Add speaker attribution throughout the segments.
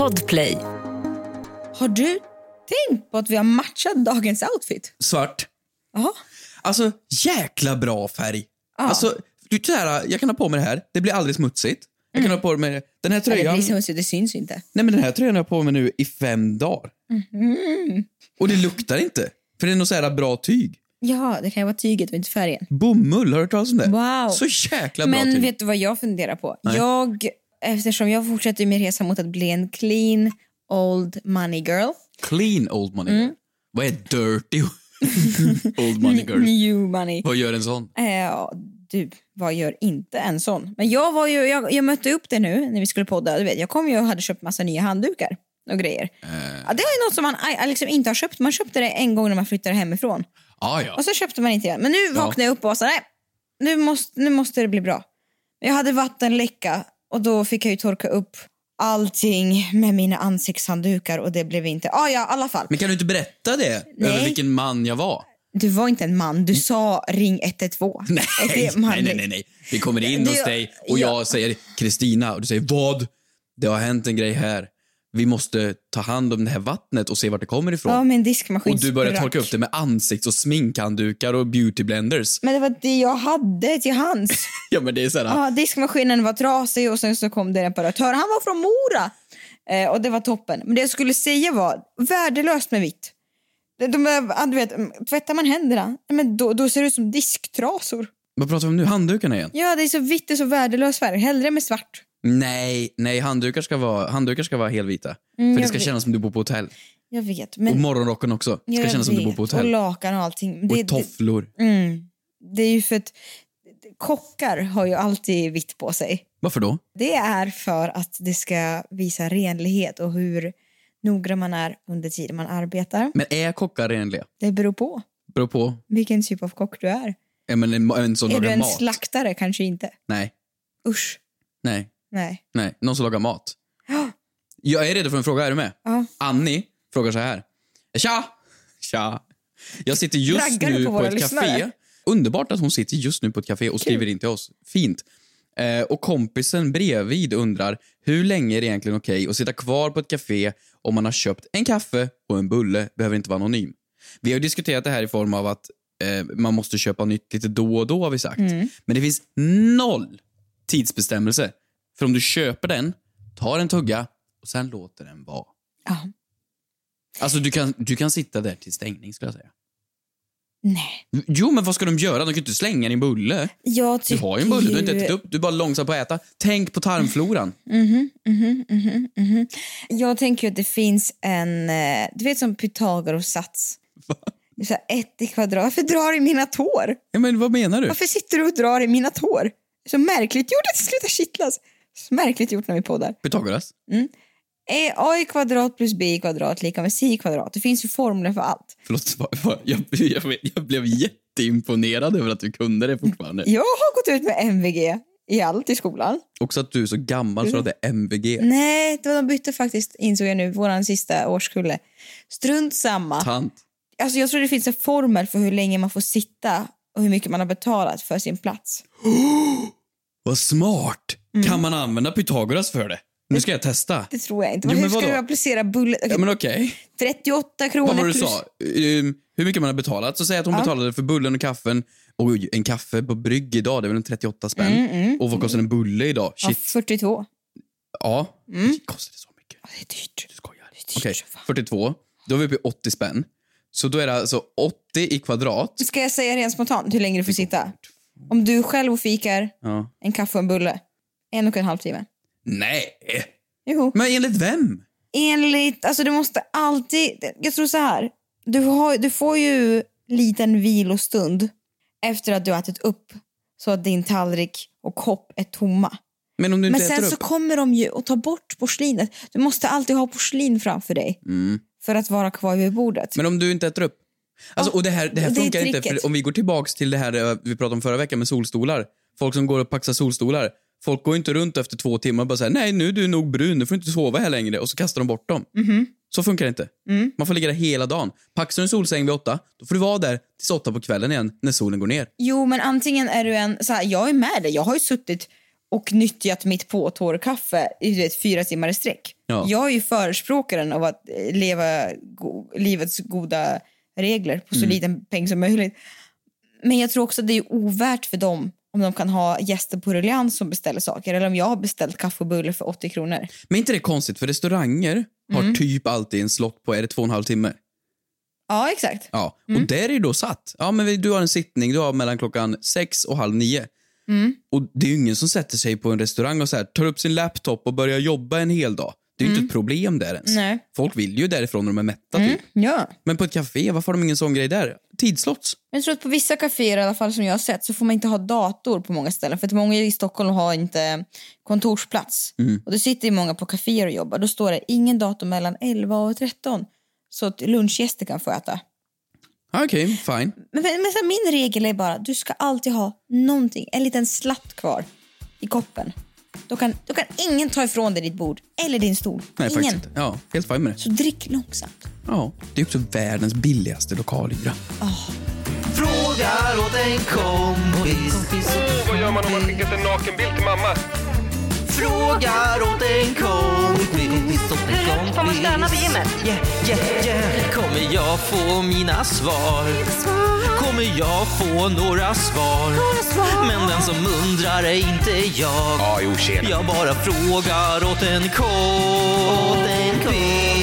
Speaker 1: Podplay.
Speaker 2: Har du tänkt på att vi har matchat dagens outfit?
Speaker 3: Svart.
Speaker 2: Jaha.
Speaker 3: Alltså, jäkla bra färg.
Speaker 2: Ja.
Speaker 3: Alltså, jag kan ha på mig det här. Det blir aldrig smutsigt. Jag kan ha på mig den här tröjan.
Speaker 2: Det blir smutsigt, det syns inte.
Speaker 3: Nej, men den här tröjan har jag på mig nu i 5 dagar. Och det luktar inte. För det är nog så här bra tyg.
Speaker 2: Ja, det kan ju vara tyget och inte färgen.
Speaker 3: Bomull, har du hört talas om det?
Speaker 2: Wow.
Speaker 3: Så jäkla bra
Speaker 2: Men
Speaker 3: tyg.
Speaker 2: vet du vad jag funderar på?
Speaker 3: Nej.
Speaker 2: Eftersom jag fortsätter min resa mot att bli en clean old money girl.
Speaker 3: Clean old money girl. Vad är dirty old money girl?
Speaker 2: New money.
Speaker 3: Vad gör en sån?
Speaker 2: Du, vad gör inte en sån? Men jag mötte upp det nu när vi skulle podda. Du vet, jag kom ju och hade köpt massa nya handdukar och grejer. Ja, det är något som man liksom inte har köpt. Man köpte det en gång när man flyttade hemifrån.
Speaker 3: Ja.
Speaker 2: Och så köpte man inte det. Men nu vaknade jag upp och var så nej, nu måste det bli bra. Jag hade vattenläcka och då fick jag ju torka upp allting med mina ansiktshanddukar och det blev inte. Ja, i alla fall.
Speaker 3: Men kan du inte berätta det?
Speaker 2: Nej.
Speaker 3: Över vilken man jag var?
Speaker 2: Du var inte en man, du sa ring 112.
Speaker 3: Nej. Vi kommer in hos dig och jag säger Kristina och du säger vad? Det har hänt en grej här. Vi måste ta hand om det här vattnet och se vart det kommer ifrån.
Speaker 2: Ja, men diskmaskin
Speaker 3: och du börjar torka upp det med ansikts- och sminkhanddukar och beautyblenders.
Speaker 2: Men det var det jag hade till hands.
Speaker 3: Ja, men det är sådär.
Speaker 2: Ja, diskmaskinen var trasig och sen så kom det en reparatör. Han var från Mora. Och det var toppen. Men det jag skulle säga var värdelöst med vitt. Du vet, tvättar man händerna, men då ser det ut som disktrasor.
Speaker 3: Vad pratar vi om nu? Handdukarna igen?
Speaker 2: Ja, det är så vitt och så värdelös färg. Hellre med svart.
Speaker 3: Nej, handdukar ska vara helvita. För det ska kännas som du bor på hotell.
Speaker 2: Jag vet. Men
Speaker 3: och morgonrocken också. Det ska kännas som du bor på hotell.
Speaker 2: Och lakan och allting.
Speaker 3: Och tofflor.
Speaker 2: Det är ju för att kockar har ju alltid vitt på sig.
Speaker 3: Varför då?
Speaker 2: Det är för att det ska visa renlighet och hur noggrann man är under tiden man arbetar.
Speaker 3: Men är kockar renliga?
Speaker 2: Det beror på.
Speaker 3: Beror på?
Speaker 2: Vilken typ av kock du är.
Speaker 3: Ja, men en som
Speaker 2: är
Speaker 3: lagar
Speaker 2: du en
Speaker 3: mat?
Speaker 2: slaktare? Kanske inte.
Speaker 3: Nej.
Speaker 2: Usch.
Speaker 3: Nej. Någon som lagar mat.
Speaker 2: Ja.
Speaker 3: Jag är redo för en fråga, är du med?
Speaker 2: Ja.
Speaker 3: Annie frågar så här. Tja. Jag sitter just nu på ett café. Underbart att hon sitter just nu på ett café och skriver in till oss. Fint. Och kompisen bredvid undrar hur länge är det egentligen okej att sitta kvar på ett café om man har köpt en kaffe och en bulle, behöver inte vara anonym. Vi har diskuterat det här i form av att man måste köpa nytt lite då och då, har vi sagt. Men det finns 0 tidsbestämmelse. För om du köper den, tar en tugga och sen låter den vara.
Speaker 2: Ja.
Speaker 3: Alltså du kan sitta där till stängning, skulle jag säga.
Speaker 2: Nej.
Speaker 3: Jo, men vad ska de göra? De kan ju inte slänga din bulle.
Speaker 2: Du
Speaker 3: har ju en bulle, du har inte ätit upp. Du är bara långsam på att äta. Tänk på tarmfloran.
Speaker 2: Jag tänker att det finns en, du vet, som Pythagoras sats.
Speaker 3: Va?
Speaker 2: Så 1 i kvadrat. Varför drar du i mina tår?
Speaker 3: Ja, men vad menar du?
Speaker 2: Varför sitter du och drar i mina tår? Så märkligt gjort att det slutar kittlas. Så märkligt gjort när vi poddar.
Speaker 3: Pythagoras?
Speaker 2: A i kvadrat plus b i kvadrat lika med c i kvadrat. Det finns ju formler för allt.
Speaker 3: Förlåt, jag blev jätteimponerad över att du kunde det fortfarande.
Speaker 2: Jag har gått ut med MVG i allt i skolan.
Speaker 3: Också att du är så gammal så att det är MVG.
Speaker 2: Nej, de bytte faktiskt, insåg jag nu, våran sista årskulle. Strunt samma.
Speaker 3: Tant.
Speaker 2: Alltså jag tror det finns en formel för hur länge man får sitta och hur mycket man har betalat för sin plats.
Speaker 3: Vad smart. Kan man använda Pythagoras för det? Nu ska jag testa.
Speaker 2: Det tror jag inte.
Speaker 3: Jo,
Speaker 2: hur ska du applicera bullet?
Speaker 3: Ja, men okej.
Speaker 2: 38 kronor
Speaker 3: Vad var det
Speaker 2: plus...
Speaker 3: du sa? Hur mycket man har betalat. Så säg att hon betalade för bullen och kaffen. Oj, en kaffe på brygg idag, det är väl en 38 spänn. Och vad kostar en bulle idag? Shit.
Speaker 2: Ja, 42.
Speaker 3: Ja, kostar det så mycket?
Speaker 2: Ja, det är dyrt.
Speaker 3: Du skojar. Okej, 42. Då är vi uppe i 80 spänn. Så då är det alltså 80 i kvadrat.
Speaker 2: Ska jag säga rent spontant hur länge du får sitta? Om du själv och fikar en kaffe och en bulle. 1,5 timme.
Speaker 3: Nej.
Speaker 2: Jo.
Speaker 3: Men enligt vem?
Speaker 2: Alltså du måste alltid, jag tror så här. Du får ju liten vilostund efter att du har ätit upp så att din tallrik och kopp är tomma.
Speaker 3: Men om du inte
Speaker 2: sen
Speaker 3: äter
Speaker 2: så
Speaker 3: upp?
Speaker 2: kommer de ju att ta bort porslinet. Du måste alltid ha porslin framför dig för att vara kvar vid bordet.
Speaker 3: Men om du inte äter upp? Alltså, och det här funkar inte. För om vi går tillbaks till det här vi pratade om förra veckan med solstolar. Folk som går och paxar solstolar. Folk går inte runt efter 2 timmar och bara säger nej, nu är du nog brun, nu får du inte sova här längre. Och så kastar de bort dem. Så funkar det inte. Man får ligga där hela dagen. Paxar du en solsäng vid 8, då får du vara där tills 8 på kvällen igen när solen går ner.
Speaker 2: Jo, men antingen är du en... Så här, jag är med dig. Jag har ju suttit och nyttjat mitt påtårkaffe i 4 timmar i sträck.
Speaker 3: Ja.
Speaker 2: Jag är ju förespråkaren av att leva livets goda regler på så liten peng som möjligt. Men jag tror också att det är ovärt för dem om de kan ha gäster på ruljans som beställer saker. Eller om jag har beställt kaffe och bulle för 80 kronor.
Speaker 3: Men inte det är konstigt, för restauranger har typ alltid en slott på, är det 2,5 timme?
Speaker 2: Ja, exakt.
Speaker 3: Ja, och där är ju då satt. Ja, men du har en sittning, du har mellan klockan 6 och 8:30. Och det är ju ingen som sätter sig på en restaurang och så här, tar upp sin laptop och börjar jobba en hel dag. Det är ju inte ett problem där ens.
Speaker 2: Nej.
Speaker 3: Folk vill ju därifrån när de är mätta typ.
Speaker 2: Ja.
Speaker 3: Men på ett café, varför har de ingen sån grej där? Tidslotts.
Speaker 2: Jag tror att på vissa kaféer i alla fall som jag har sett så får man inte ha dator på många ställen. För att många i Stockholm har inte kontorsplats. Och det sitter ju många på kaféer och jobbar. Då står det ingen dator mellan 11 och 13. Så att lunchgäster kan få äta.
Speaker 3: Okej, fine.
Speaker 2: Men så min regel är bara, du ska alltid ha någonting, en liten slatt kvar i koppen. Då kan ingen ta ifrån dig ditt bord eller din stol.
Speaker 3: Nej,
Speaker 2: ingen.
Speaker 3: faktiskt inte. Ja, helt fine med det.
Speaker 2: Så drick långsamt.
Speaker 3: Ja, det är också världens billigaste lokalhyra.
Speaker 1: Frågar åt en kompis.
Speaker 4: Vad gör man om man skickat en nakenbild till mamma?
Speaker 1: Frågar åt en kompis.
Speaker 5: Hur högt får man stöna vid gymmet?
Speaker 1: Yeah. Kommer jag få mina svar? Kommer jag få några svar? Men den som undrar är inte jag.
Speaker 4: Ja, jo, tjena.
Speaker 1: Jag bara frågar åt en kompis.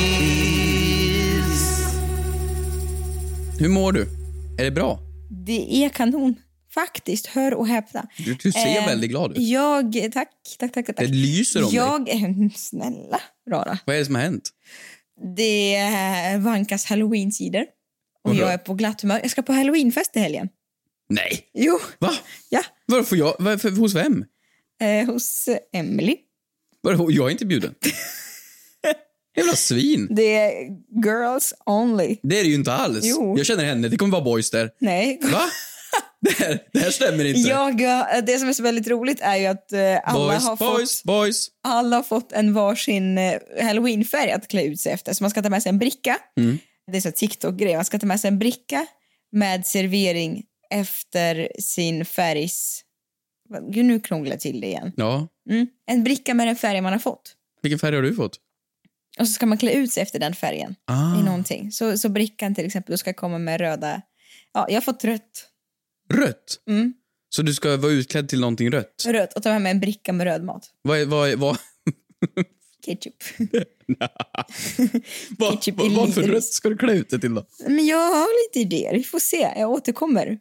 Speaker 3: Hur mår du? Är det bra?
Speaker 2: Det är kanon. Faktiskt, hör och häpna.
Speaker 3: Du ser väldigt glad ut.
Speaker 2: Tack.
Speaker 3: Det lyser om dig.
Speaker 2: Snälla, rara.
Speaker 3: Vad är det som har hänt?
Speaker 2: Det vankas Halloween-sidor. Och
Speaker 3: Vadå?
Speaker 2: jag är på glatt humör. Jag ska på Halloweenfest i helgen.
Speaker 3: Nej.
Speaker 2: Jo.
Speaker 3: Va?
Speaker 2: Ja.
Speaker 3: Varför får jag? Hos vem?
Speaker 2: Hos Emily.
Speaker 3: Jag är inte bjuden. Jävla svin.
Speaker 2: Det är girls only.
Speaker 3: Det är det ju inte alls.
Speaker 2: Jo.
Speaker 3: Jag känner henne, det kommer vara boys där.
Speaker 2: Nej.
Speaker 3: Va? Det här stämmer inte.
Speaker 2: Det som är så väldigt roligt är ju att alla har fått en varsin Halloween-färg att klä ut sig efter. Så man ska ta med sig en bricka. Det är så TikTok-grej. Man ska ta med sig en bricka med servering efter sin färgs... Gud, nu krånglar jag till det igen.
Speaker 3: Ja.
Speaker 2: En bricka med den färg man har fått.
Speaker 3: Vilken färg har du fått?
Speaker 2: Och så ska man klä ut sig efter den färgen i någonting. Så brickan till exempel, då ska komma med röda... Ja, jag har fått rött.
Speaker 3: Rött? Så du ska vara utklädd till någonting rött?
Speaker 2: Rött och ta med en bricka med röd mat.
Speaker 3: Vad?
Speaker 2: Ketchup.
Speaker 3: Vad för rött ska du klä ut det till då?
Speaker 2: Men jag har lite idéer, vi får se. Jag återkommer.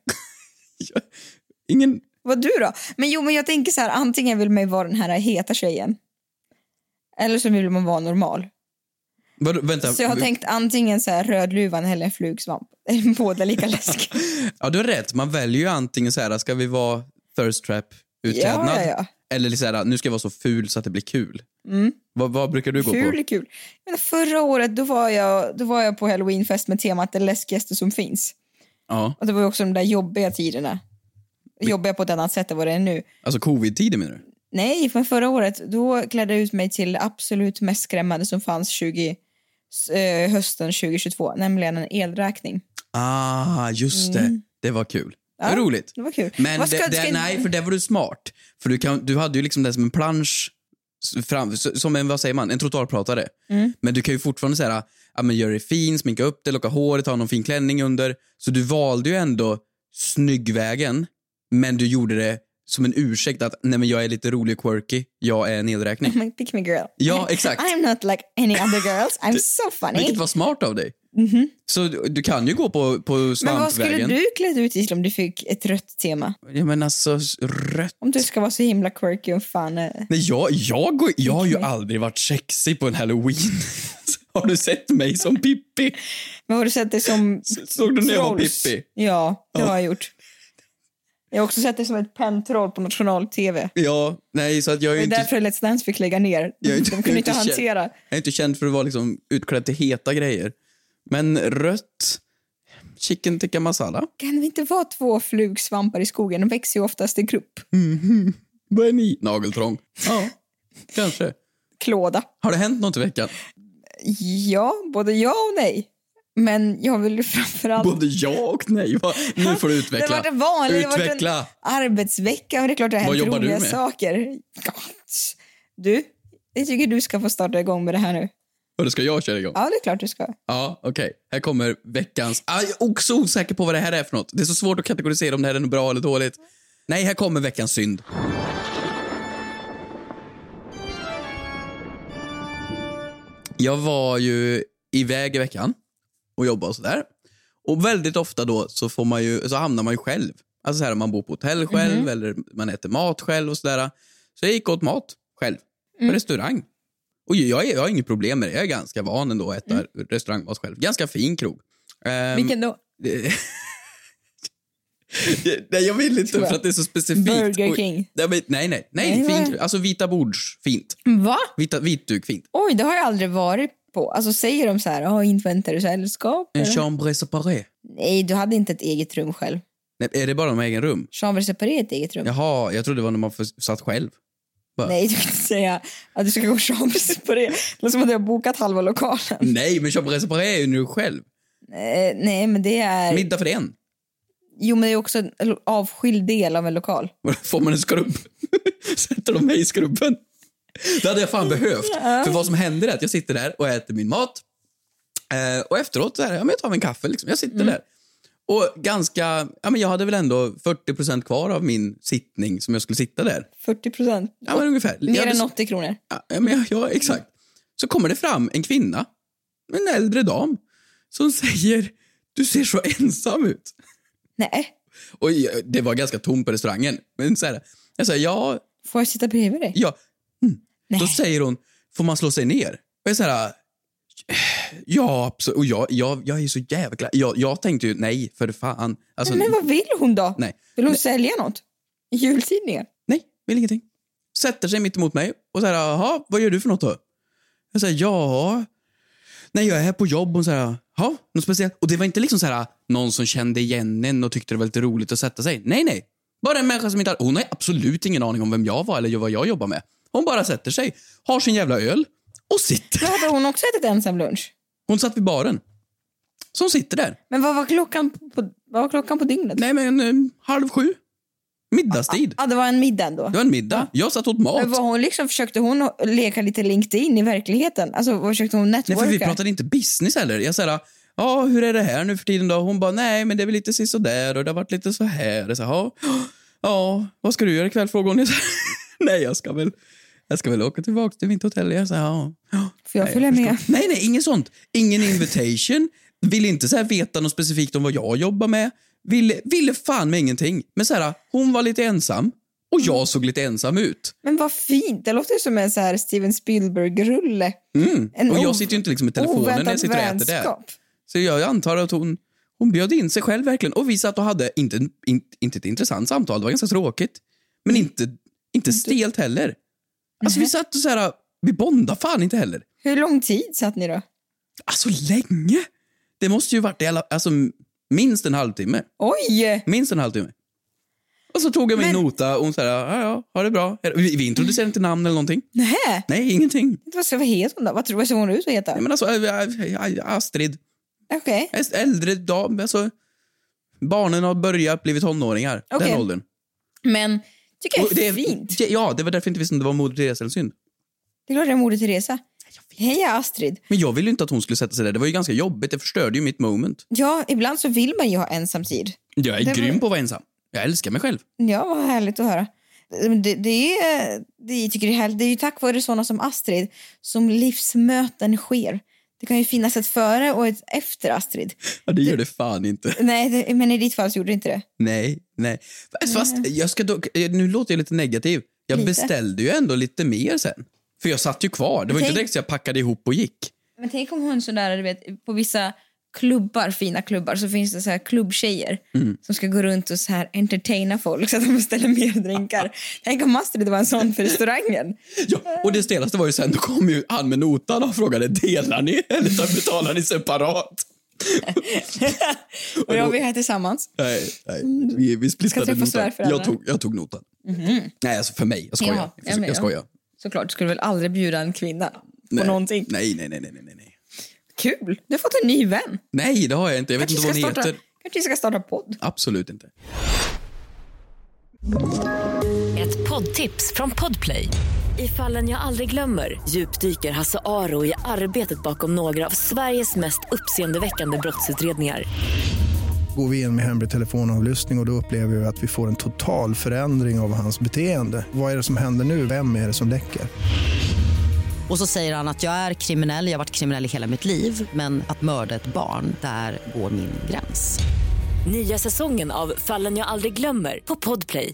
Speaker 3: Ingen...
Speaker 2: Vad du då? Men jag tänker så här, antingen vill man vara den här heta tjejen. Eller så vill man vara normal.
Speaker 3: Vänta.
Speaker 2: Så jag har tänkt antingen så här rödluvan eller en flugsvamp. Båda lika läskiga.
Speaker 3: Ja, du har rätt. Man väljer ju antingen så här, ska vi vara thirst trap utklädnad? Ja. Eller så här, nu ska jag vara så ful så att det blir kul. Vad brukar du gå
Speaker 2: ful
Speaker 3: på?
Speaker 2: Är kul. Men förra året då var jag på Halloweenfest med temat det läskigaste som finns.
Speaker 3: Ja.
Speaker 2: Och det var ju också de där jobbiga tiderna. Jobbiga på ett annat sätt än vad det är nu.
Speaker 3: Alltså covid-tider menar du?
Speaker 2: Nej, för förra året då klädde jag ut mig till absolut mest skrämmande som fanns hösten 2022, nämligen en elräkning.
Speaker 3: Just det. Det var kul.
Speaker 2: Ja,
Speaker 3: det var roligt.
Speaker 2: Det var kul.
Speaker 3: Men nej, för det var du smart. För du hade ju liksom det som en plansch fram, som en, vad säger man, en trottoarpratare. Men du kan ju fortfarande säga, ja men gör det fin, sminka upp det, locka håret, ha någon fin klänning under. Så du valde ju ändå snyggvägen, men du gjorde det som en ursäkt att nej men jag är lite rolig och quirky, jag är en elräkning.
Speaker 2: Pick me girl.
Speaker 3: Ja, exakt.
Speaker 2: I'm not like any other girls, I'm so funny.
Speaker 3: Vilket var smart av dig. Så du kan ju gå på svampvägen.
Speaker 2: Men vad skulle du klädd ut till om du fick ett rött tema?
Speaker 3: Ja men alltså, rött.
Speaker 2: Om du ska vara så himla quirky och fan.
Speaker 3: Nej, jag har ju aldrig varit sexig på en Halloween. Har du sett mig som Pippi?
Speaker 2: Men har du sett det som
Speaker 3: såg du när jag var Pippi?
Speaker 2: Ja, det har jag gjort. Jag har också sett det som ett pentroll på national-tv.
Speaker 3: Ja, nej, så att jag är inte...
Speaker 2: Det är därför Let's Dance fick lägga ner. De kunde inte hantera.
Speaker 3: Jag är inte känd för att vara liksom utklädd till heta grejer. Men rött, chicken tikka masala.
Speaker 2: Kan vi inte vara 2 flugsvampar i skogen? De växer ju oftast i grupp.
Speaker 3: Vad är ni? Nageltrång. Ja, kanske.
Speaker 2: Klåda.
Speaker 3: Har det hänt något i veckan?
Speaker 2: Ja, både ja och nej. Men jag vill ju framförallt...
Speaker 3: Både ja och nej. Nu får du utveckla.
Speaker 2: Det var det vanliga.
Speaker 3: Utveckla.
Speaker 2: Det var en arbetsvecka. Men det är klart det har hänt roliga saker. Du, Jag tycker du ska få starta igång med det här nu.
Speaker 3: Och då ska jag köra igång?
Speaker 2: Ja, det är klart du ska.
Speaker 3: Ja, okej. Här kommer veckans... Jag är också osäker på vad det här är för något. Det är så svårt att kategorisera om det här är något bra eller dåligt. Nej, här kommer veckans synd. Jag var ju iväg i veckan och jobbade och sådär. Och väldigt ofta då så hamnar man ju själv. Alltså så här, man bor på hotell själv eller man äter mat själv och sådär. Så jag gick åt mat själv på restaurang. Och jag har inget problem med det. Jag är ganska van ändå att äta restaurangmat själv. Ganska fin krog.
Speaker 2: Vilken då?
Speaker 3: Nej, jag vill inte för att det är så specifikt.
Speaker 2: Burger King.
Speaker 3: Nej, fint. Alltså vita bords, fint.
Speaker 2: Va?
Speaker 3: Vitduk, fint.
Speaker 2: Oj, det har jag aldrig varit på. Alltså säger de så här, inväntar du sällskap?
Speaker 3: En chambre séparée.
Speaker 2: Nej, du hade inte ett eget rum själv.
Speaker 3: Nej, är det bara de egen rum?
Speaker 2: Chambre séparée är ett eget rum.
Speaker 3: Jaha, jag trodde det var när man satt själv. Va?
Speaker 2: Nej, du kan inte säga att du ska gå chambre séparée. Det låter som att du har bokat halva lokalen.
Speaker 3: Nej, men chambre séparée är ju nu själv.
Speaker 2: Nej, men det är...
Speaker 3: Middag för en.
Speaker 2: Jo, men det är också en avskild del av en lokal.
Speaker 3: Får man en skrubb? Sätter de mig i skrubben? Det hade jag fan behövt. För vad som händer är att jag sitter där och äter min mat. Och efteråt så här, jag tar en kaffe liksom. Jag sitter där. Och jag hade väl ändå 40% kvar av min sittning som jag skulle sitta där.
Speaker 2: 40%?
Speaker 3: Ja, men ungefär.
Speaker 2: Mer än 80 kronor.
Speaker 3: Ja, exakt. Så kommer det fram en kvinna, en äldre dam, som säger, du ser så ensam ut.
Speaker 2: Nej.
Speaker 3: Och det var ganska tomt på restaurangen. Men så här, jag säger, ja.
Speaker 2: Får jag sitta bredvid dig?
Speaker 3: Ja. Då säger hon, får man slå sig ner? Och jag säger, ja, absolut. Och jag är så jävla glad. Jag tänkte ju, nej, för fan. Alltså,
Speaker 2: men vad vill hon då?
Speaker 3: Nej.
Speaker 2: Vill hon sälja något? I jultidningen?
Speaker 3: Nej, vill ingenting. Sätter sig mitt emot mig och säger, jaha, vad gör du för något då? Jag säger, ja. Nej, jag är här på jobb och så här, ja, något speciellt. Och det var inte liksom så här, någon som kände igen en och tyckte det var lite roligt att sätta sig. Nej. Bara en människa som inte hon har absolut ingen aning om vem jag var eller vad jag jobbar med. Hon bara sätter sig, har sin jävla öl och sitter.
Speaker 2: Men hade hon också ätit ensam lunch?
Speaker 3: Hon satt vid baren. Så hon sitter där.
Speaker 2: Men vad var klockan på dygnet?
Speaker 3: Nej, men 6:30. Middagstid.
Speaker 2: Ja, det var en middag då.
Speaker 3: Det var en middag. Jag satt åt mat.
Speaker 2: Men var hon liksom, försökte hon leka lite LinkedIn i verkligheten? Alltså, vad försökte hon networka?
Speaker 3: Nej, för vi pratade inte business heller. Jag sa, ja, hur är det här nu för tiden då? Hon bara, nej, men det är väl lite så där och det har varit lite så här. Jag sa, ja, vad ska du göra ikväll? Frågade hon. Jag sa, nej, jag ska väl åka tillbaka till mitt hotell. Jag sa, ja.
Speaker 2: Får jag följa med?
Speaker 3: Nej, ingen sånt. Ingen invitation. Vill inte så här veta något specifikt om vad jag jobbar med. Ville fan med ingenting. Men så här, hon var lite ensam. Och jag såg lite ensam ut.
Speaker 2: Men vad fint. Det låter som en så här Steven Spielberg-rulle.
Speaker 3: Och jag sitter ju inte liksom med telefonen när jag sitter och äter där. Så jag antar att hon bjöd in sig själv verkligen. Och vi satt och hade inte ett intressant samtal. Det var ganska tråkigt. Men inte stelt heller. Alltså vi satt och så här, vi bondade fan inte heller.
Speaker 2: Hur lång tid satt ni då?
Speaker 3: Alltså länge. Det måste ju varit minst en halvtimme.
Speaker 2: Oj!
Speaker 3: Minst en halvtimme. Och så tog jag min nota och hon sa, ja, ha det bra. Vi introducerade inte namn eller någonting. Nej, ingenting.
Speaker 2: Vad heter hon då? Vad ser hon ut att heta?
Speaker 3: Nej, men alltså, Astrid.
Speaker 2: Okej.
Speaker 3: Äldre dam, alltså. Barnen har börjat blivit tonåringar. Den åldern.
Speaker 2: Men tycker jag är fint.
Speaker 3: Ja, det var därför inte visste om det var Moder Teresa eller synd.
Speaker 2: Det är klart det är Moder Teresa. Hej Astrid.
Speaker 3: Men jag ville ju inte att hon skulle sätta sig där. Det var ju ganska jobbigt. Det förstörde ju mitt moment.
Speaker 2: Ja, ibland så vill man ju ha ensam tid.
Speaker 3: Jag är grym på att vara ensam. Jag älskar mig själv.
Speaker 2: Ja, vad härligt att höra. Det är ju tack vare sådana som Astrid som livsmöten sker. Det kan ju finnas ett före och ett efter Astrid.
Speaker 3: Ja, det gör det fan inte.
Speaker 2: Nej, men i ditt fall så gjorde det inte det.
Speaker 3: Nej. Fast nu låter jag lite negativ. Jag beställde ju ändå lite mer sen. För jag satt ju kvar. Det var inte direkt så jag packade ihop och gick.
Speaker 2: Men tänk om hon sådär, du vet, på vissa klubbar, fina klubbar, så finns det så här klubbtjejer som ska gå runt och så här entertaina folk så att de beställer mer drinkar. Tänk om Astrid var en sån för restaurangen.
Speaker 3: Ja, och det stelaste var ju sen, då kom ju han med notan och frågade, delar ni eller så betalar ni separat?
Speaker 2: Och vi här tillsammans.
Speaker 3: Nej, vi splittrade notan. Jag tog notan. Nej, alltså för mig, jag skojar. Jag skojar.
Speaker 2: Såklart, du skulle väl aldrig bjuda en kvinna på någonting?
Speaker 3: Nej.
Speaker 2: Kul, du har fått en ny vän.
Speaker 3: Nej, det har jag inte. Jag vet inte vad hon heter.
Speaker 2: Kanske vi ska starta podd.
Speaker 3: Absolut inte.
Speaker 5: Ett poddtips från Podplay.
Speaker 6: I Fallen jag aldrig glömmer djupdyker Hasse Aro i arbetet bakom några av Sveriges mest uppseendeväckande brottsutredningar.
Speaker 7: Går vi in med hemlig telefonavlyssning och då upplever vi att vi får en total förändring av hans beteende. Vad är det som händer nu? Vem är det som läcker?
Speaker 8: Och så säger han att jag är kriminell, jag har varit kriminell i hela mitt liv. Men att mörda ett barn, där går min gräns.
Speaker 6: Nya säsongen av Fallen jag aldrig glömmer på Podplay.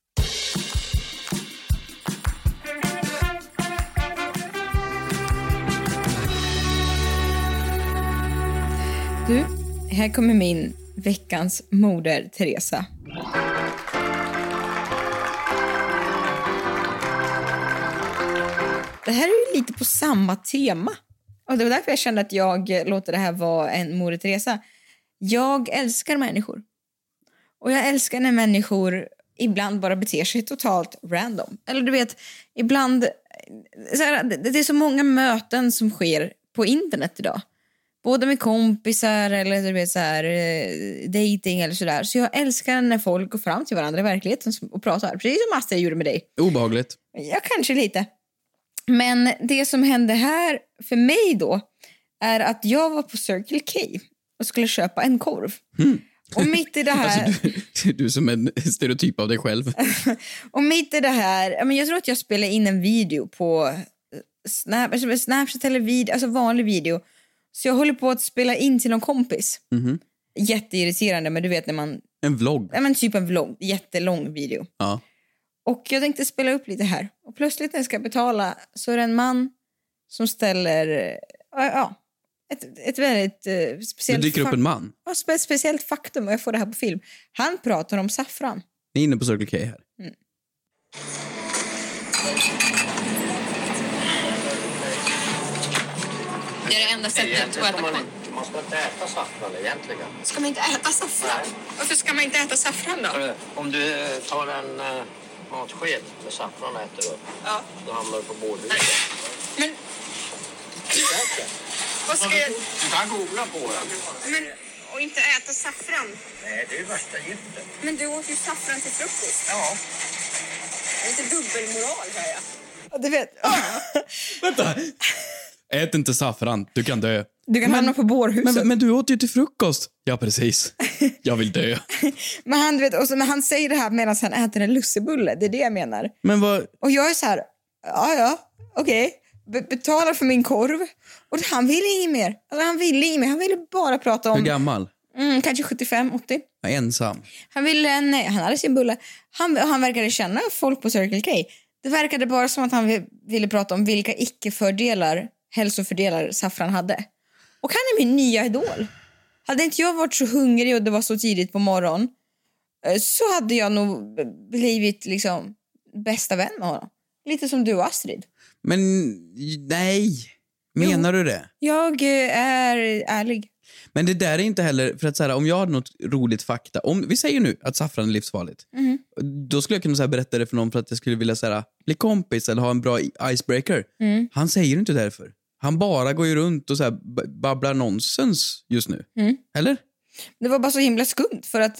Speaker 2: Du, här kommer min veckans moder Teresa. Det här är ju lite på samma tema. Och det var därför jag kände att jag låter det här vara en moder Teresa. Jag älskar människor. Och jag älskar när människor ibland bara beter sig totalt random. Eller du vet, ibland... Så här, det är så många möten som sker på internet idag. Både med kompisar eller du vet, så här, dating eller sådär. Så jag älskar när folk går fram till varandra i verkligheten och pratar. Precis som Astrid gjorde med dig.
Speaker 3: Obehagligt.
Speaker 2: Ja, kanske lite. Men det som hände här för mig då är att jag var på Circle K och skulle köpa en korv. Och mitt i det här...
Speaker 3: Alltså, du som en stereotyp av dig själv.
Speaker 2: Och mitt i det här... Jag tror att jag spelade in en video på Snapchat eller video, alltså vanlig video. Så jag håller på att spela in till någon kompis. Jätteirriterande, men du vet när man...
Speaker 3: En vlogg?
Speaker 2: Ja, men typ en vlogg. Jättelång video.
Speaker 3: Ja. Och
Speaker 2: jag tänkte spela upp lite här. Och plötsligt när jag ska betala så är det en man som ställer... Ett väldigt speciellt...
Speaker 3: Det dyker upp en man?
Speaker 2: Ja, ett speciellt faktum, och jag får det här på film. Han pratar om saffran.
Speaker 3: Ni är inne på Circle K här.
Speaker 2: Det är det enda sättet att äta korv.
Speaker 9: Man ska inte äta saffran egentligen.
Speaker 2: Ska man inte äta saffran? Nej. Varför ska man inte äta saffran då?
Speaker 9: Om du tar en matsked med saffran och äter upp, då hamnar du på bordhuset.
Speaker 2: Men... Vad ska jag...
Speaker 9: Du kan googla på det.
Speaker 2: Men... Och inte äta saffran?
Speaker 9: Nej, det är ju värsta giftet.
Speaker 2: Men du åt ju saffran till frukost.
Speaker 9: Ja.
Speaker 2: Lite dubbelmoral, hör jag. Ja, du vet...
Speaker 3: Vänta! Ät inte saffran, du kan dö.
Speaker 2: Du kan hamna på bårhuset.
Speaker 3: Men du åt ju till frukost. Ja, precis. Jag vill dö.
Speaker 2: Men han, vet, och så, men han säger det här medan han äter en lussebulle. Det är det jag menar.
Speaker 3: Men vad...
Speaker 2: Och jag är så här, okej. Betalar för min korv. Och han ville inget mer. Alltså, han ville bara prata om...
Speaker 3: Hur gammal?
Speaker 2: Kanske 75-80.
Speaker 3: Ja, ensam.
Speaker 2: Han hade sin bulle. Han verkade känna folk på Circle K. Det verkade bara som att han ville prata om vilka hälsofördelar saffran hade. Och han är min nya idol. Hade inte jag varit så hungrig och det var så tidigt på morgon, så hade jag nog blivit liksom bästa vän med honom. Lite som du och Astrid.
Speaker 3: Men nej, menar du det?
Speaker 2: Jag är ärlig.
Speaker 3: Men det där är inte heller, för att så här, om jag hade något roligt fakta, om vi säger nu att saffran är livsfarligt, då skulle jag kunna så här, berätta det för någon för att jag skulle vilja så här, bli kompis eller ha en bra icebreaker. Han säger inte därför. Han bara går ju runt och så här, babblar nonsens just nu. Eller?
Speaker 2: Det var bara så himla skumt för att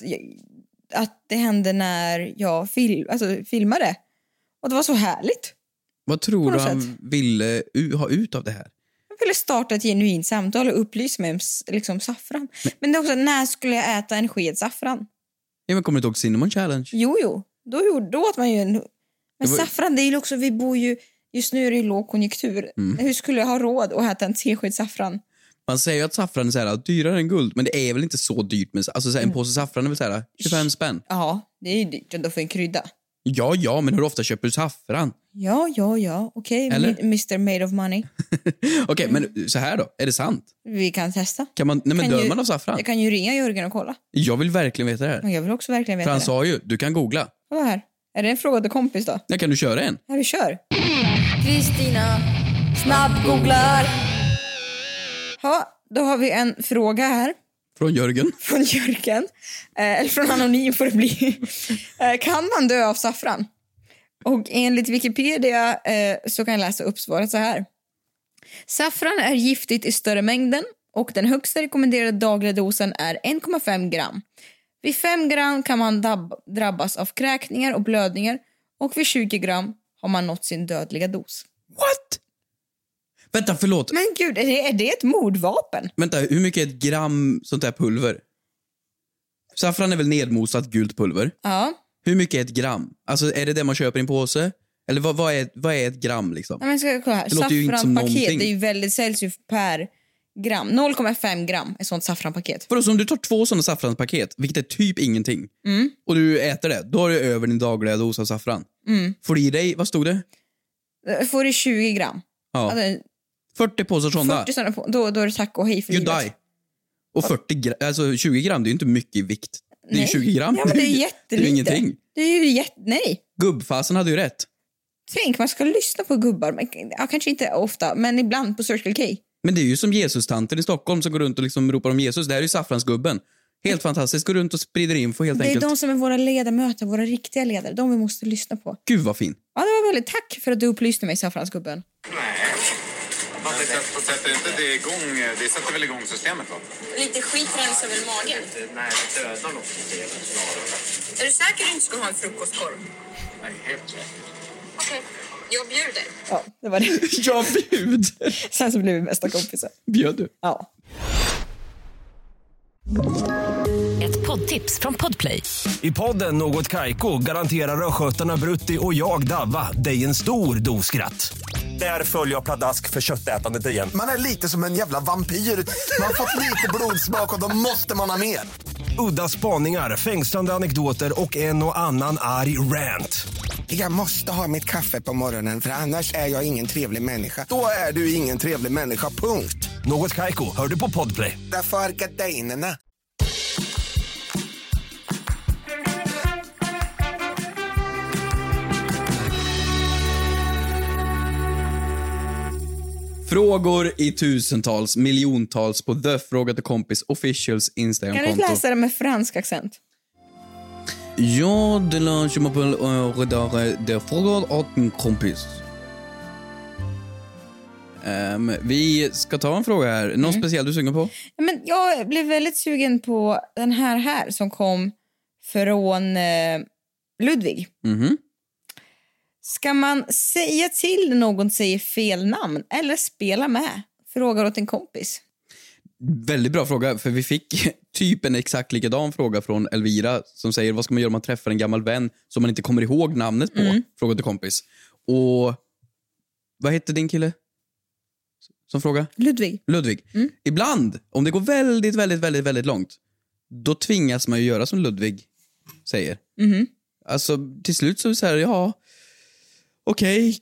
Speaker 2: det hände när jag filmade. Och det var så härligt.
Speaker 3: Vad tror du han ville ha ut av det här?
Speaker 2: Jag ville starta ett genuint samtal och upplysa mig om liksom, saffran. Men det är också, när skulle jag äta en sked saffran?
Speaker 3: Ja, men kommer du ihåg Cinnamon Challenge?
Speaker 2: Jo. Då åt man ju en... Men saffran, det är ju också, vi bor ju... Just nu är det ju lågkonjunktur. Hur skulle jag ha råd att äta en tesked saffran? Man
Speaker 3: säger ju att saffran är så här, dyrare än guld. Men det är väl inte så dyrt. Med, alltså så här, en påse saffran är väl så här, 25 spänn.
Speaker 2: Ja, det är ju dyrt ändå för en krydda.
Speaker 3: Ja, men hur ofta köper du saffran?
Speaker 2: Ja. Okej, Mr. Made of Money.
Speaker 3: Okej, men så här då, är det sant?
Speaker 2: Vi kan testa.
Speaker 3: Dör man av saffran?
Speaker 2: Jag kan ju ringa Jörgen och kolla.
Speaker 3: Jag vill verkligen veta det här.
Speaker 2: Jag vill också verkligen veta
Speaker 3: det.
Speaker 2: För
Speaker 3: han sa ju, du kan googla.
Speaker 2: Vad här? Är det en fråga till kompis då?
Speaker 3: Ja, kan du köra en?
Speaker 2: Ja, vi kör. Kristina snabbgooglar. Ja, då har vi en fråga här.
Speaker 3: Från Jörgen.
Speaker 2: Eller från anonym får det bli. Kan man dö av saffran? Och enligt Wikipedia så kan jag läsa upp svaret så här. Saffran är giftigt i större mängden och den högsta rekommenderade dagliga dosen är 1,5 gram. Vid 5 gram kan man drabbas av kräkningar och blödningar och vid 20 gram har man nått sin dödliga dos.
Speaker 3: What? Vänta, förlåt.
Speaker 2: Men gud, är det ett mordvapen?
Speaker 3: Vänta, hur mycket är ett gram sånt här pulver? Saffran är väl nedmosat gult pulver?
Speaker 2: Ja.
Speaker 3: Hur mycket är ett gram? Alltså är det man köper i en påse? Eller vad är ett gram liksom?
Speaker 2: Ja, men ska jag kolla här.
Speaker 3: Det låter ju inte som någonting.
Speaker 2: Det är ju väldigt säljs ju per gram. 0,5 gram är sånt saffranpaket.
Speaker 3: För då, så om du tar 2 sådana saffranspaket, vilket är typ ingenting, och du äter det, då har du över din dagliga dos av saffran. Får i dig, vad stod det?
Speaker 2: Får du 20 gram.
Speaker 3: Ja.
Speaker 2: Alltså,
Speaker 3: 40 påsar sådana.
Speaker 2: 40 sådana då är det tack och hej för
Speaker 3: You
Speaker 2: livet.
Speaker 3: die. Och 20 gram, det är ju inte mycket i vikt. Det är ju 20 gram.
Speaker 2: Ja, men det är jättelite.
Speaker 3: Det är ju ingenting.
Speaker 2: Det är ju nej.
Speaker 3: Gubbfasen hade ju rätt.
Speaker 2: Tänk, man ska lyssna på gubbar. Men, ja, kanske inte ofta, men ibland på Circle K.
Speaker 3: Men det är ju som Jesus-tanten i Stockholm som går runt och liksom ropar om Jesus. Det här är ju saffransgubben. Helt fantastiskt. Går runt och sprider info helt enkelt.
Speaker 2: Det är de som är våra ledamöter, våra riktiga ledare. De vi måste lyssna på.
Speaker 3: Gud vad fin.
Speaker 2: Ja, det var väldigt tack för att du upplyste mig, saffransgubben.
Speaker 10: Man sätter inte det igång, det sätter väl igång systemet då?
Speaker 11: Lite skit rensar väl magen?
Speaker 9: Nej, det dödar nog systemet snarare.
Speaker 11: Är du säker att du inte ska ha en frukostkorv?
Speaker 9: Nej, helt säker.
Speaker 11: Okej, jag bjuder.
Speaker 2: Ja, det var det.
Speaker 3: Jag bjuder.
Speaker 2: Sen så blev vi bästa kompisar.
Speaker 3: Bjöd du?
Speaker 2: Ja.
Speaker 6: Ett poddtips från Podplay.
Speaker 12: I podden Något Kaiko garanterar röskötarna Brutti och jag Davva dig en stor doskratt. Där följer jag pladask för köttätandet igen.
Speaker 13: Man är lite som en jävla vampyr. Man har fått lite blodsmak och då måste man ha mer.
Speaker 12: Udda spaningar, fängslande anekdoter och en och annan arg rant.
Speaker 13: Jag måste ha mitt kaffe på morgonen för annars är jag ingen trevlig människa. Då är du ingen trevlig människa, punkt.
Speaker 12: Något Kaiko, hör du på Podplay.
Speaker 13: Därför är gardinerna.
Speaker 3: Frågor i tusentals, miljontals på The Fråga till Kompis Officials Instagram-konto.
Speaker 2: Kan du läsa det med fransk accent?
Speaker 3: Ja, de la je m'appelle redare de Frågor åt min kompis. Vi ska ta en fråga här. Någon speciell du sugen på?
Speaker 2: Ja, men jag blev väldigt sugen på den här som kom från Ludvig. Ska man säga till när någon säger fel namn eller spela med? Frågar åt en kompis.
Speaker 3: Väldigt bra fråga, för vi fick typ en exakt likadan fråga från Elvira som säger, vad ska man göra om man träffar en gammal vän som man inte kommer ihåg namnet på? Fråga till kompis. Och vad hette din kille som fråga? Ludvig. Ibland, om det går väldigt, väldigt, väldigt, väldigt långt, då tvingas man ju göra som Ludvig säger. Alltså till slut så säger ja, okej,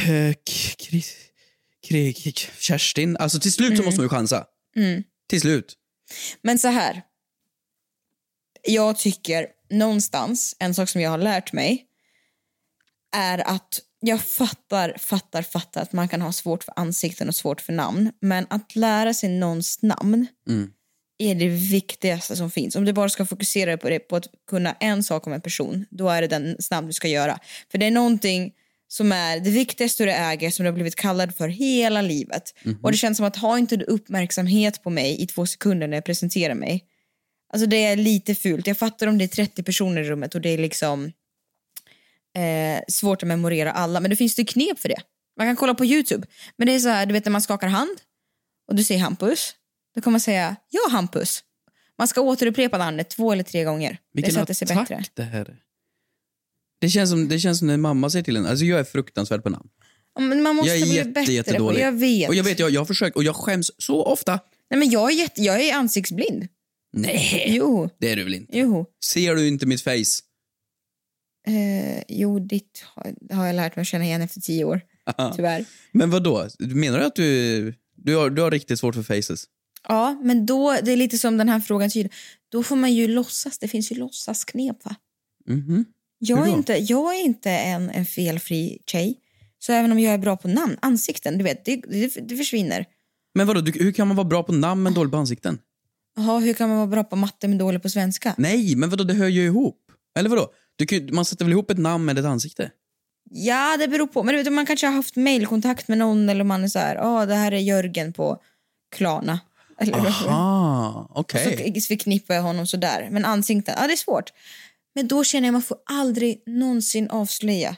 Speaker 3: Kerstin. Alltså till slut så måste man ju chansa. Till slut.
Speaker 2: Men så här. Jag tycker någonstans, en sak som jag har lärt mig är att jag fattar att man kan ha svårt för ansikten och svårt för namn. Men att lära sig någons namn är det viktigaste som finns. Om du bara ska fokusera på att kunna en sak om en person, då är det den namn du ska göra. För det är någonting som är det viktigaste du äger, som du har blivit kallad för hela livet. Och det känns som att ha inte du uppmärksamhet på mig i 2 sekunder när jag presenterar mig. Alltså det är lite fult. Jag fattar om det är 30 personer i rummet och det är liksom svårt att memorera alla. Men det finns det knep för det. Man kan kolla på YouTube. Men det är så här, du vet när man skakar hand och du säger Hampus, då kan man säga ja Hampus. Man ska återupprepa namnet 2 eller 3 gånger.
Speaker 3: Vilken
Speaker 2: det sätter sig bättre.
Speaker 3: Det här. Det känns som när mamma säger till en. Alltså jag är fruktansvärd på namn.
Speaker 2: Men man måste
Speaker 3: jag är
Speaker 2: bli bättre
Speaker 3: jättedålig.
Speaker 2: på. Jag vet.
Speaker 3: Och jag har försökt och jag skäms så ofta.
Speaker 2: Nej, men jag är ansiktsblind.
Speaker 3: Nej.
Speaker 2: Jo.
Speaker 3: Det är du väl inte?
Speaker 2: Jo.
Speaker 3: Ser du inte mitt face?
Speaker 2: Jo, ditt har jag lärt mig att känna igen efter 10 år. Tyvärr.
Speaker 3: Men vad då? Menar du att du har riktigt svårt för faces?
Speaker 2: Ja, men då, det är lite som den här frågan tyder. Då får man ju låtsas, det finns ju låtsasknep va? Jag är inte en felfri tjej. Så även om jag är bra på namn, ansikten, du vet, det försvinner. Men
Speaker 3: vadå, hur kan man vara bra på namn men dålig på ansikten?
Speaker 2: Jaha, hur kan man vara bra på matte men dålig på svenska?
Speaker 3: Nej, men vadå, det hör ju ihop. Eller vadå? Man sätter väl ihop ett namn med ett ansikte? Ja,
Speaker 2: det beror på. Men du vet, man kanske har haft mejlkontakt med någon eller man är så här, det här är Jörgen på Klarna.
Speaker 3: Aha, okej.
Speaker 2: Och så förknippar jag honom sådär. Men ansikten, det är svårt. Men då känner jag att man får aldrig någonsin avslöja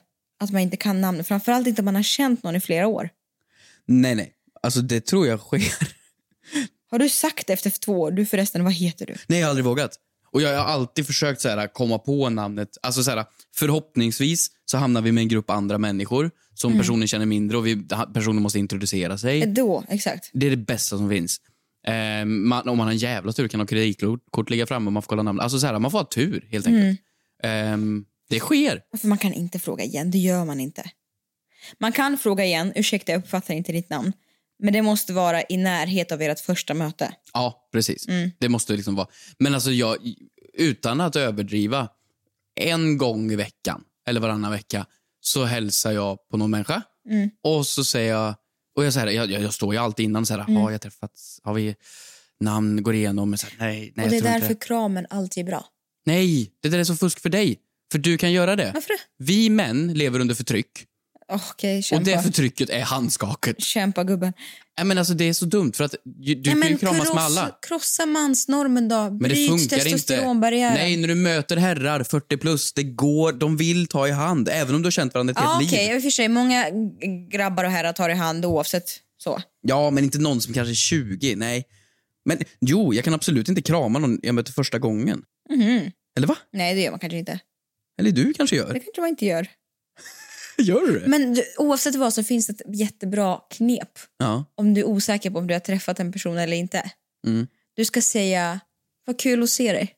Speaker 2: att man inte kan namnet. Framförallt inte om man har känt någon i flera år.
Speaker 3: Nej. Alltså det tror jag sker.
Speaker 2: Har du sagt efter 2 år, du förresten, vad heter du?
Speaker 3: Nej, jag har aldrig vågat. Och jag har alltid försökt så här, komma på namnet. Alltså så här, förhoppningsvis så hamnar vi med en grupp andra människor som personen känner mindre och personen måste introducera sig.
Speaker 2: Då, exakt.
Speaker 3: Det är det bästa som finns. Om man har en jävla tur kan ha kreditkort ligga fram och man får kolla namnet. Alltså så här, man får ha tur helt enkelt. Det sker.
Speaker 2: För man kan inte fråga igen, det gör man inte. Man kan fråga igen, ursäkta jag uppfattar inte ditt namn. Men det måste vara i närhet av ert första möte.
Speaker 3: Ja, precis. Det måste liksom vara. Men alltså jag, utan att överdriva, en gång i veckan eller varannan vecka så hälsar jag på någon människa. Och så säger jag, och jag säger, jag står ju alltid innan så här, har jag träffats, har vi namn går igenom, men så här, nej,
Speaker 2: och det är därför
Speaker 3: inte.
Speaker 2: kramen alltid är bra.
Speaker 3: Nej, det där är så fusk för dig. För du kan göra det.
Speaker 2: Varför?
Speaker 3: Vi män lever under förtryck.
Speaker 2: Okej, kämpa.
Speaker 3: Och det förtrycket är handskaket.
Speaker 2: Kämpa, gubben.
Speaker 3: Nej, men alltså det är så dumt för att du kan ju kramas med alla.
Speaker 2: Krossa mansnormen då.
Speaker 3: Men det funkar inte. Nej, när du möter herrar 40 plus, det går, de vill ta i hand även om du har känt varandra ett helt liv.
Speaker 2: Okej, för sig många grabbar och herrar tar i hand oavsett så.
Speaker 3: Ja, men inte någon som kanske är 20, nej. Men jo, jag kan absolut inte krama någon jag möter första gången. Eller va?
Speaker 2: Nej, det gör man kanske inte.
Speaker 3: Eller du kanske gör.
Speaker 2: Det kanske man inte gör.
Speaker 3: Gör du det?
Speaker 2: Men oavsett vad så finns det ett jättebra knep.
Speaker 3: Ja.
Speaker 2: Om du är osäker på om du har träffat en person eller inte. Du ska säga, vad kul att se dig.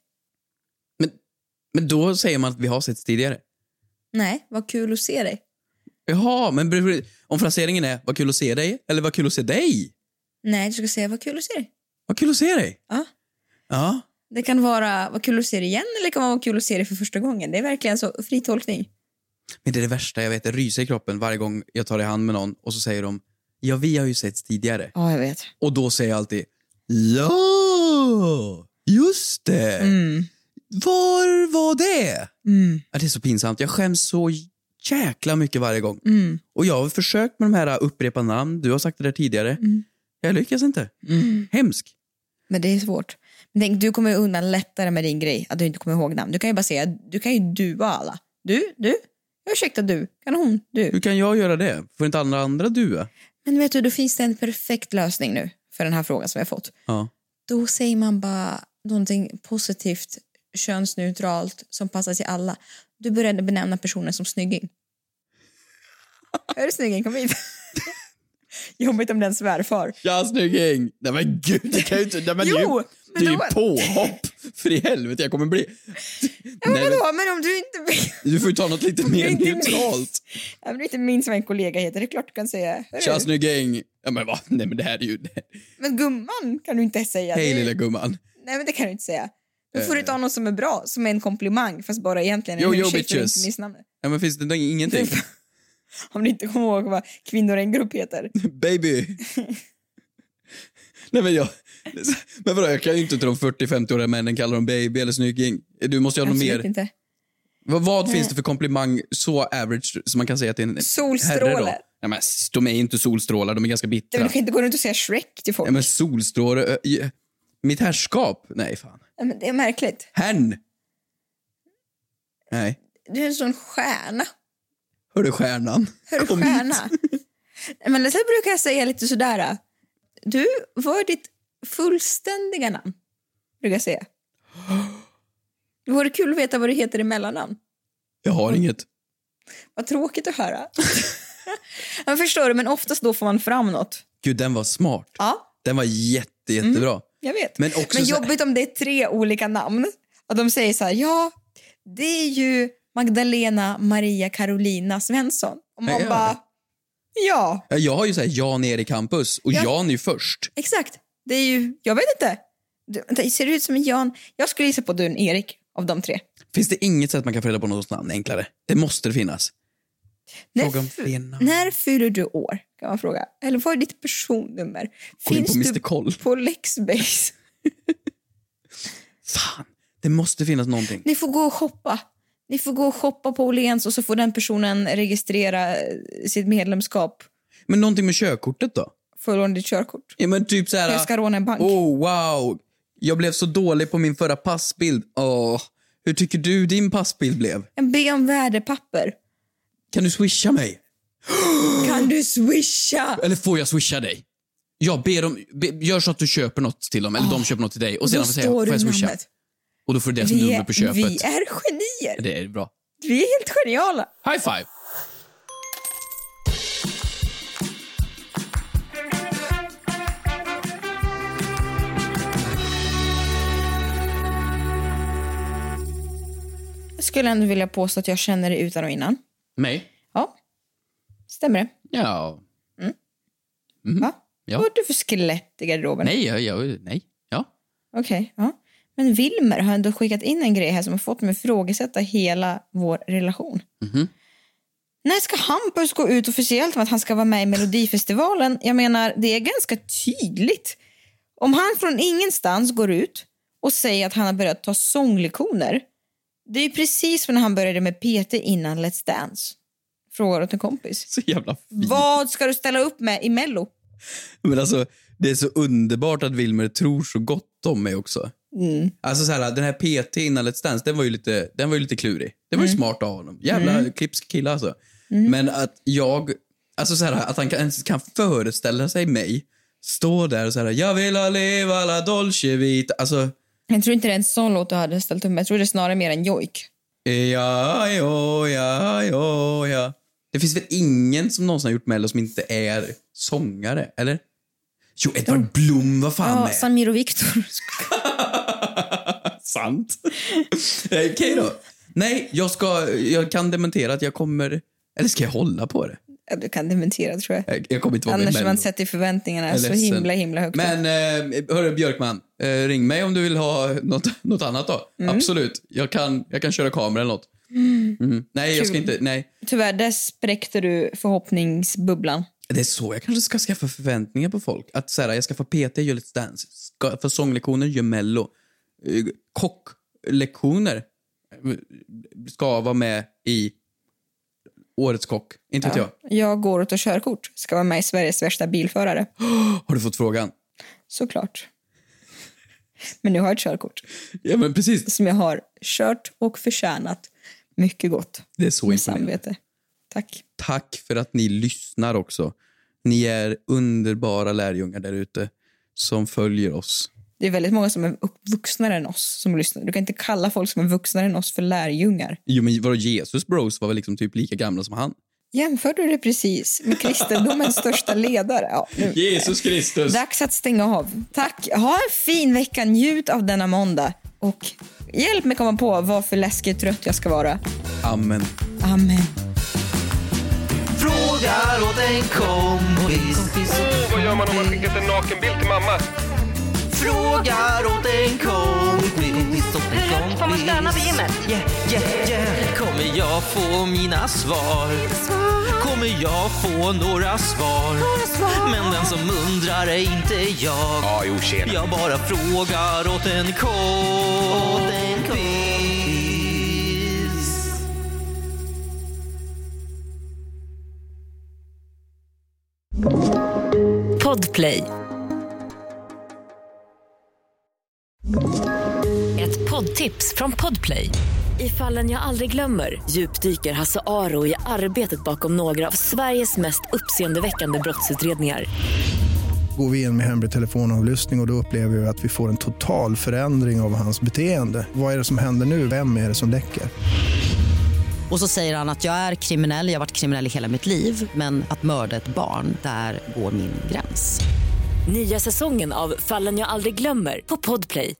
Speaker 3: Men då säger man att vi har sett tidigare.
Speaker 2: Nej, vad kul att se dig.
Speaker 3: Jaha, men om fraseringen är vad kul att se dig eller vad kul att se dig?
Speaker 2: Nej, du ska säga vad kul att se dig.
Speaker 3: Vad kul att se dig? Ja.
Speaker 2: Det kan vara vad kul att se dig igen eller det kan vara vad kul att se dig för första gången. Det är verkligen så fri tolkning.
Speaker 3: Men det är det värsta, jag vet, det ryser i kroppen varje gång jag tar i hand med någon och så säger de, ja vi har ju sett tidigare.
Speaker 2: Ja, jag vet.
Speaker 3: Och då säger jag alltid, ja, just det. Var var det? Ja, det är så pinsamt, jag skäms så jäkla mycket varje gång. Och jag har försökt med de här upprepa namn, du har sagt det där tidigare. Jag lyckas inte. Hemsk.
Speaker 2: Men det är svårt. Men du kommer undan lättare med din grej att du inte kommer ihåg namn. Du kan ju bara säga, du kan ju dua alla. Du? Ursäkta du, kan hon, du?
Speaker 3: Hur kan jag göra det? Får inte andra dua?
Speaker 2: Men vet du, då finns det en perfekt lösning nu för den här frågan som vi har fått.
Speaker 3: Ja.
Speaker 2: Då säger man bara någonting positivt, könsneutralt, som passar till alla. Du började benämna personen som snygging. Är du snygging? Kom hit. Jobbigt om den svärfar.
Speaker 3: Ja, snygging. Nej men gud, det kan ju inte... Nej, men
Speaker 2: jo!
Speaker 3: Det är ju påhopp. För i helvete, jag kommer bli...
Speaker 2: Ja, men om du inte...
Speaker 3: Du får ju ta något lite mer neutralt.
Speaker 2: Ja, men du inte minns vad en kollega heter. Det är klart du kan säga.
Speaker 3: Tja, snygging. Ja, men va? Nej, men det här är ju...
Speaker 2: Men gumman kan du inte säga.
Speaker 3: Hej, lilla gumman.
Speaker 2: Nej, men det kan du inte säga. Då får du ta något som är bra, som är en komplimang, fast bara egentligen en ursäkt för inte missnamnet.
Speaker 3: Ja, men finns det ingenting?
Speaker 2: Om du inte kommer ihåg vad kvinnor i en grupp heter.
Speaker 3: Baby. Nej, men jag... Men vadå, jag kan ju inte till de 40-50-åriga männen kalla dem baby eller snygging. Du måste ju ha något mer.
Speaker 2: Inte.
Speaker 3: Vad finns det för komplimang så average som man kan säga till en
Speaker 2: solstrålar.
Speaker 3: Nej, men de är inte solstrålar, de är ganska bittra.
Speaker 2: Du kan inte gå runt och säga Shrek till folk.
Speaker 3: Ja, men solstrålar, mitt herrskap. Nej, fan.
Speaker 2: Ja, men det är märkligt.
Speaker 3: Hen. Nej.
Speaker 2: Du är en sån stjärna.
Speaker 3: Hörru stjärnan.
Speaker 2: Hörru stjärna. Men så brukar jag säga lite sådär. Du, vad är ditt fullständiga namn? Brukar jag säga. Det vore kul att veta vad du heter i mellannamn.
Speaker 3: Jag har inget.
Speaker 2: Vad tråkigt att höra. Jag förstår det, men oftast då får man fram något.
Speaker 3: Gud, den var smart.
Speaker 2: Ja.
Speaker 3: Den var jättebra.
Speaker 2: Jag vet.
Speaker 3: Men
Speaker 2: jobbigt om det är 3 olika namn. Och de säger så här, ja, det är ju Magdalena Maria Carolina Svensson. Och man bara, ja.
Speaker 3: Jag har ju så här Jan-Erik Campus och Jan är ju först.
Speaker 2: Exakt. Det är ju, jag vet inte. Det ser ut som en Jan. Jag skulle gissa på du en Erik av de 3.
Speaker 3: Finns det inget sätt man kan få reda på något namn enklare? Det måste det finnas.
Speaker 2: När fyller du år, kan man fråga. Eller vad är ditt personnummer?
Speaker 3: Finns på Mr. Koll.
Speaker 2: På Lexbase?
Speaker 3: Fan, det måste finnas någonting.
Speaker 2: Ni får gå och shoppa. Ni får gå och shoppa på Åhléns och så får den personen registrera sitt medlemskap.
Speaker 3: Men någonting med körkortet då?
Speaker 2: Får låna ditt körkort?
Speaker 3: Ja, men typ så här.
Speaker 2: Jag ska råna en bank.
Speaker 3: Oh, wow. Jag blev så dålig på min förra passbild. Hur tycker du din passbild blev?
Speaker 2: En be om värdepapper.
Speaker 3: Kan du swisha mig?
Speaker 2: Kan du swisha?
Speaker 3: Eller får jag swisha dig? Jag ber dem, gör så att du köper något till dem. Eller de köper något till dig. Och sedan får jag swisha.
Speaker 2: Namnet.
Speaker 3: Och då får du deras nummer på köpet.
Speaker 2: Vi är genier.
Speaker 3: Det är bra.
Speaker 2: Vi är helt geniala.
Speaker 3: High five.
Speaker 2: Jag skulle ändå vilja påstå att jag känner det utan och innan.
Speaker 3: Mig?
Speaker 2: Ja. Stämmer det?
Speaker 3: Ja.
Speaker 2: Va?
Speaker 3: Ja.
Speaker 2: Vad har du för skelett i garderoben?
Speaker 3: Nej. Ja.
Speaker 2: Okej, ja. Men Wilmer har ändå skickat in en grej här som har fått mig att ifrågasätta hela vår relation. När ska Hampus gå ut officiellt med att han ska vara med i Melodifestivalen? Jag menar, det är ganska tydligt. Om han från ingenstans går ut och säger att han har börjat ta sånglektioner, det är ju precis när han började med PT innan Let's Dance. Frågar åt en kompis.
Speaker 3: Så jävla fint.
Speaker 2: Vad ska du ställa upp med i Mello?
Speaker 3: Men alltså, det är så underbart att Wilmer tror så gott om mig också. Alltså så här, den här PT innan Let's Dance, den var ju lite klurig. Det var ju smart av honom. Jävla klipsk kille alltså. Men att alltså så här, att han kan föreställa sig mig stå där och så här, jag vill ha leva alla dolce vita. Alltså,
Speaker 2: jag tror inte det är en sån låt du hade ställt upp med. Jag tror det är snarare mer en jojk.
Speaker 3: Ja. Det finns väl ingen som någonsin har gjort Mello som inte är sångare, eller? Jo, Edvard Blom, vad fan med?
Speaker 2: Ja, Samir och Viktor.
Speaker 3: Sant. Okej då. Nej, jag kan dementera att jag kommer... Eller ska jag hålla på det?
Speaker 2: Ja, du kan dementera, tror jag.
Speaker 3: Jag kommer inte vara med.
Speaker 2: Annars man sätter förväntningarna så himla högt.
Speaker 3: Men hörru Björkman, ring mig om du vill ha något annat då. Absolut. Jag kan köra kamera eller något. Nej, jag ska inte. Nej.
Speaker 2: Tyvärr, där spräckte du förhoppningsbubblan.
Speaker 3: Det är så, jag kanske ska skaffa förväntningar på folk. Att så här, jag ska få PT, gör Let's Dance. För sånglektioner, gör Mello. Kocklektioner ska vara med i Årets kock. Inte vet jag.
Speaker 2: Jag går åt och körkort. Ska vara med i Sveriges värsta bilförare.
Speaker 3: Har du fått frågan?
Speaker 2: Såklart. Men nu har jag ett körkort.
Speaker 3: Ja, men precis.
Speaker 2: Som jag har kört och förtjänat. Mycket gott.
Speaker 3: Det är så imponerande.
Speaker 2: Samvete. Tack.
Speaker 3: Tack för att ni lyssnar också. Ni är underbara lärjungar där ute som följer oss.
Speaker 2: Det är väldigt många som är vuxnare än oss som lyssnar. Du kan inte kalla folk som är vuxnare än oss för lärjungar.
Speaker 3: Jo, men vadå, Jesus bros var väl liksom typ lika gamla som han?
Speaker 2: Jämför du det precis med kristendomens största ledare? Ja,
Speaker 3: Jesus Kristus.
Speaker 2: Dags att stänga av. Tack. Ha en fin vecka. Njut av denna måndag. Och hjälp mig komma på vad för läskigt trött jag ska vara.
Speaker 3: Amen.
Speaker 2: Amen.
Speaker 1: Frågar åt en kompis.
Speaker 4: Vad gör man om man skickat en nakenbild till mamma?
Speaker 1: Frågar åt en kompis.
Speaker 5: Får man stanna vid gymmet?
Speaker 1: Yeah. Kommer jag få mina svar? Kommer jag få några svar? Men den som undrar är inte jag.
Speaker 12: Ja, jo, tjena.
Speaker 1: Jag bara frågar åt en kompis.
Speaker 6: Podplay. Ett poddtips från Podplay. I Fallen jag aldrig glömmer djupdyker Hasse Aro i arbetet bakom några av Sveriges mest uppseendeväckande brottsutredningar.
Speaker 7: Går vi in med hemlig telefonavlyssning och då upplever vi att vi får en total förändring av hans beteende. Vad är det som händer nu? Vem är det som läcker?
Speaker 8: Och så säger han att jag är kriminell, jag har varit kriminell i hela mitt liv. Men att mörda ett barn, där går min gräns.
Speaker 6: Nya säsongen av Fallen jag aldrig glömmer på Podplay.